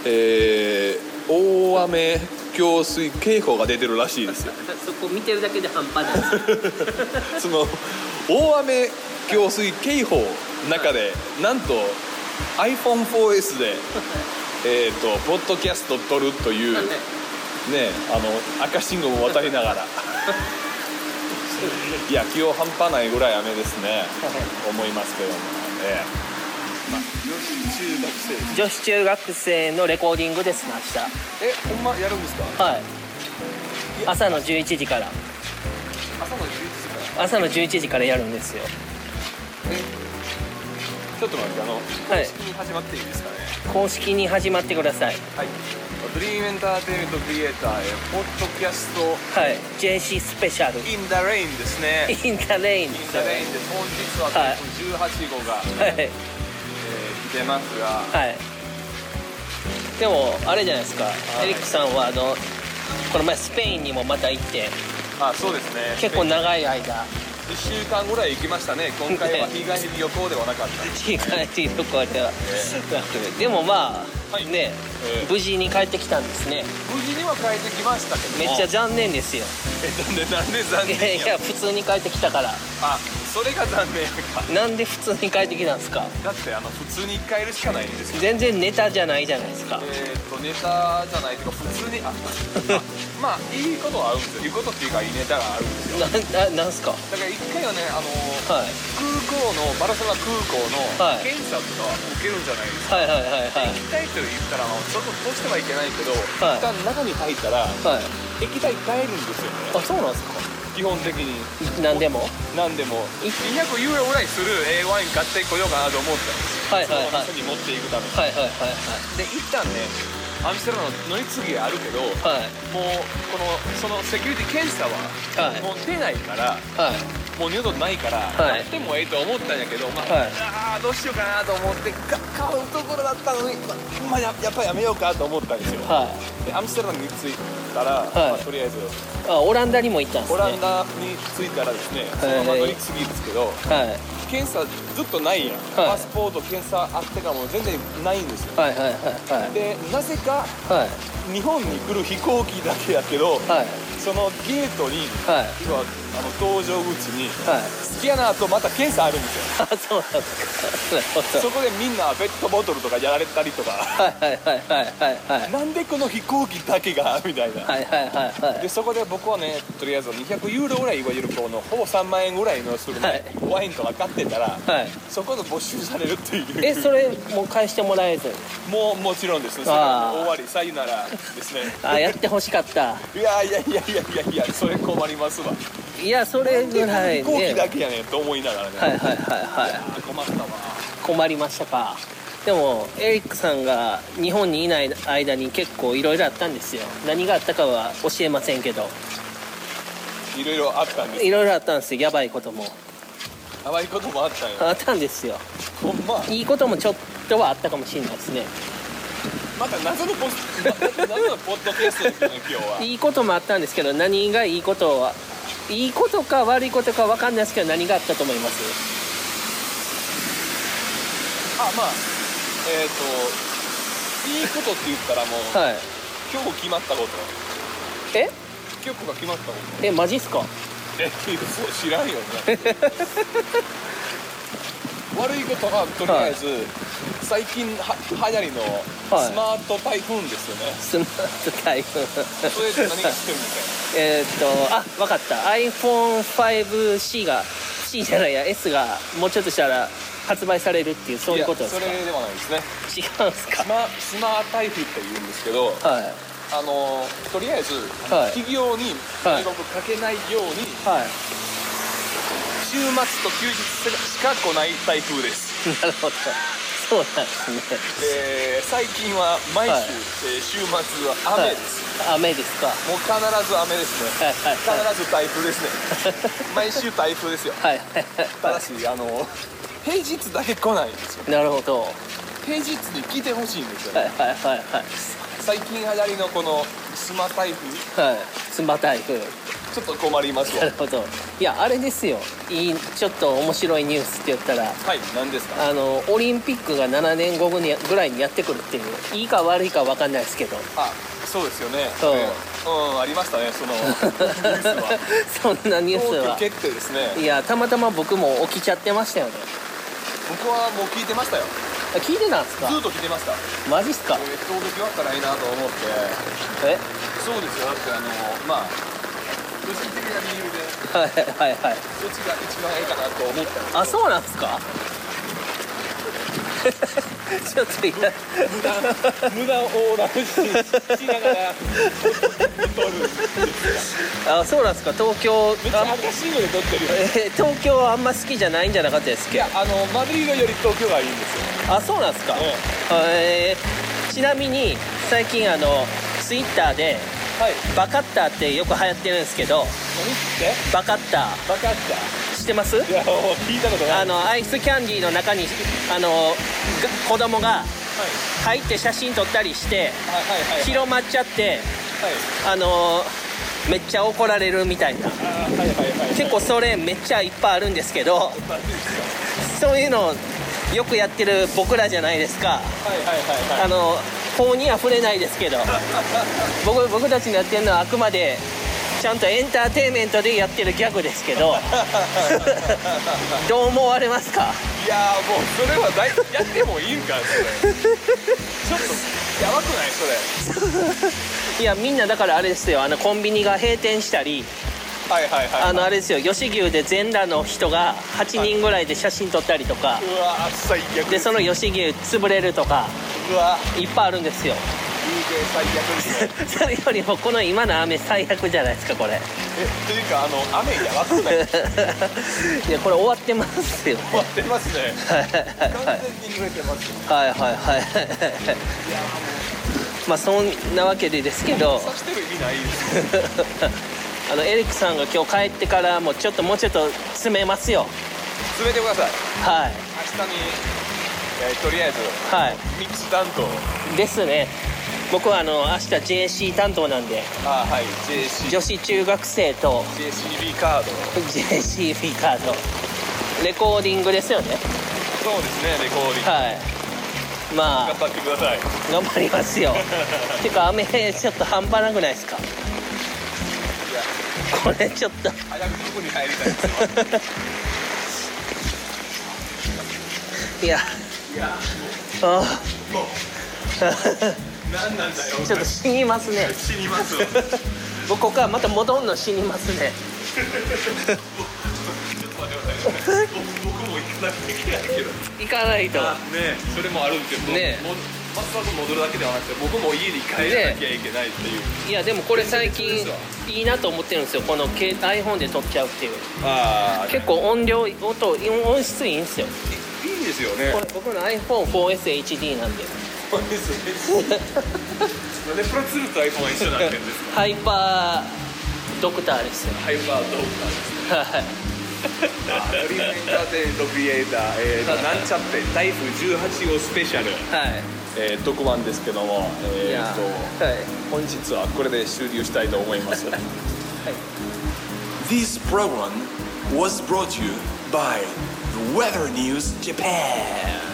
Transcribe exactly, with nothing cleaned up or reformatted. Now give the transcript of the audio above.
えー、大雨強水警報が出てるらしいですよそこ見てるだけで半端ないですその大雨強水警報の中でなんと アイフォンフォーエス でえーとポッドキャスト撮るというね、あの赤信号も渡りながらいや気を半端ないぐらい雨ですね思いますけどもね、まあ、女子中学生女子中学生のレコーディングですね明日。 えほんまやるんですか？ はい、朝のじゅういちじから朝のじゅういちじから朝のじゅういちじからやるんですよ。 えちょっと待ってあの公はい式に始まっていいですかね。 公式に始まってください。 はい、ドリームエンターテインメントクリエイターへポッドキャストはい ジェーシー スペシャルインダレインですね。 インタレインインですダレインです。本日ははいじゅうはちごうが、 はいえー来てますが、 はいでもあれじゃないですか、 はいエリックさんはあのこの前スペインにもまた行ってあそうですね。 結構長い間いっしゅうかんぐらい行きましたね。今回は日帰り旅行ではなかった日帰り旅行ではなくでもまあ、 はいね、 えー無事に帰ってきたんですね。 無事には帰ってきましたけども、 めっちゃ残念ですよ。 えなんでなんで残いや念やいや普通に帰ってきたから。 あそれが残念やか。 なんで普通に帰ってきたんですか？ だってあの普通に帰るしかないんですよ。 全然ネタじゃないじゃないですか。 えー、っとネタじゃないというか普通にああまあいいことはあるんですよ。いいことっていうかいいネタがあるんですよ。 な、な、なんすか？ だから一回はねあのはい空港のバルセロナ空港のはい検査とかは受けるんじゃないですか。 はいはいはいはい液体と言ったらあのそれとしてはいけないけど、 はい一旦中に入ったらはい液体変えるんですよね。 あ、そうなんですか？ 基本的に何でも何でもにひゃくユーロぐらいする A ワイン買ってこようかなと思ったんですよ。 はいはいはいその店に持っていくために。 はいはいはいで一旦ねアムステルダムの乗り継ぎあるけど、 はいもうこのそのセキュリティ検査ははいもう出ないから、 はいもう二度とないから、 はいやってもええと思ったんやけど、まあ、 はいあーどうしようかなと思ってか買うところだったのに、まあ、ややっぱりやめようかと思ったんですよ。 はいでアムステルダムに着いたら、 いまあ、とりあえずあ、オランダにも行ったんですね。 オランダに着いたらですね、そのまま乗り継ぎですけど、 はい検査ずっとないやん、パスポート検査あってからも全然ないんですよ。 はいはいはいはいでなぜかはい日本に来る飛行機だけやけど、 はいそのゲートにはい要はあの搭乗口にはいスキャナーとまた検査あるんですよ。 あ、そうなんですか。なるほど。 そこでみんなペットボトルとかやられたりとかはいはいはいはいはいはいなんでこの飛行機だけがみたいな、 はいはいはいはいでそこで僕はねとりあえずにひゃくユーロぐらいいわゆるこのほぼさんまんえんぐらいのする、ねはいワインとか買ってたら、 はいそこで没収されるっていう。 え、それもう返してもらえず。 もうもちろんですね。それはもう終わりさよならですね。 あ、やってほしかった。 いやいやいやいやいやいやそれ困りますわ。 いや、それぐらい飛行機ね。 だけやねんと思いながらね。 はいはいはいはいあ困ったわ。 困りましたか。でもエリックさんが日本にいない間に結構いろいろあったんですよ。何があったかは教えませんけど、 いろいろあったんです。 いろいろあったんですよ。やばいことも淡いこともあったんや。 あったんですよ。 ほんま。 いいこともちょっとはあったかもしれないですね。 また謎のポス謎のポッドキャストですね今日は。 いいこともあったんですけど、何がいいことはいいことか悪いことか分かんないですけど、何があったと思います？ あまあえっ、といいことって言ったらもう、 はい。 今日決まったこと。 え今日が決まったことえ、マジっすか？ えそう知らんよね悪いことはとりあえず、はい、最近は流行りのスマート台風ですよね、はい、 スマート台風それで何が知ってるんですか？ えっとあ、分かった。 アイフォンファイブシー が C じゃないや S がもうちょっとしたら発売されるっていう、そういうことですか？ いやそれではないですね。 違うんすか？ スマスマー台風って言うんですけど、 はい、 あのとりあえず、はい、企業に迷惑かけないように、はい、週末と休日しか来ない台風です。 なるほど、そうなんですね。 えー、最近は毎週、はい、えー、週末は雨です、 はい、雨ですか？ もう必ず雨ですね、はいはいはい、必ず台風ですね毎週台風ですよ、はい、ただしあの平日だけ来ないんですよ。 なるほど。 平日に来てほしいんですよね。 はいはいはいはい。 最近流行りのこのスマ台風、 はい、スマ台風ちょっと困りますわ。 なるほど。 いやあれですよ、いいちょっと面白いニュースって言ったら、 はい、何ですか？ あのオリンピックがななねんごぐにぐらいにやってくるっていう、いいか悪いか分かんないですけど、 あ、そうですよね。 そう、 うん、ありましたね、そのニュースは。 そんなニュースは東京決定ですね。 いやたまたま僕も起きちゃってましたよね。 僕はもう聞いてましたよ。 あ聞いてたんですか？ ずっと聞いてました。 マジっすか？ えー、東京決まったらいいなと思って。 えそうですよ。だってあのまあ個人的な理由ではいはいはい、 どっちが一番いいかなと思ったんですけど。 あ、そうなんですか？ちょっといや無駄無駄オーラルししながら撮る。 あ、そうなんですか？東京めっちゃ赤信号で撮ってるよ。 えー東京はあんま好きじゃないんじゃなかったですっけ？ いや、あのマドリードより東京がいいんですよ。 あ、そうなんですか？ ええーちなみに最近あのツイッターではい。 バカッターってよく流行ってるんですけど、 何ってバカッタバカッー知ってます？ タ。いや、もう聞いたことない。 あのアイスキャンディーの中にあのが子供がはい入って写真撮ったりしてはいはいはい広まっちゃって、 はい。 あのめっちゃ怒られるみたいな、 あーはいはいはい。 結構それめっちゃいっぱいあるんですけど、 マジですか？ そういうのよくやってる僕らじゃないですか。 はいはいはいはい。 あの法には触れないですけど僕僕たちのやってるのはあくまでちゃんとエンターテインメントでやってるギャグですけどどう思われますか？ いやーもうそれはだいやってもいいんかそれ。ちょっとやばくないそれ。 いやみんなだからあれですよ、あのコンビニが閉店したり、 はいはいはい。 あのあれですよ、吉牛で全裸の人がはちにんぐらいで写真撮ったりとか、 うわー最悪。 でその吉牛潰れるとかうわいっぱいあるんですよ。 風景最悪ですね。 それよりもこの今の雨最悪じゃないですかこれ。 えというかあの雨やばくない？ いやこれ終わってますよ。 終わってますね。 はい完全に濡れてますよ。 はいはいはい。 いやーもまあそんなわけでですけどう刺してる意味ないですよ。 あのエリックさんが今日帰ってからもうちょっともうちょっと詰めますよ。 詰めてください。 はい明日に、えーとりあえずはいミックス担当。 ですね。僕はあの明日 ジェーシー 担当なんで、 あはい ジェーシー女子中学生とジェーシービー カード。 ジェーシービー カードレコーディングですよね。 そうですねレコーディング。 はいまあ頑張ってください。 頑張りますよてか雨ちょっと半端なくないですか？ いやこれちょっと早くここに入りたいですよ。 いやいやあもう何なんだよ。 ちょっと死にますね。 死にますわ。 僕ここからまた戻るの死にますね。 ちょっと待ってください。僕も行かなきゃいけないけど。 行かないとあねそれもあるんですけど、 ねもうまっすぐ戻るだけではなくて僕も家に帰らなきゃいけないっていう。 いやでもこれ最近いいなと思ってるんですよ、この iPhone で撮っちゃうっていう。 ああ結構音量音音質いいんですよ。 いいんですよね。 これ僕の アイフォンフォーエスエイチディー なんでそうですね。なんでプロツールと iPhone は一緒になってるんですか？ ハイパードクターですよ。 ハイパードーターですね。 はいドリームエンターテインメントクリエイター、えーと、なんちゃって台風じゅうはち号スペシャル、 はいえー、特番ですけども、えいやーとはい本日はこれで終了したいと思います。This program was brought to you by Weather News Japan.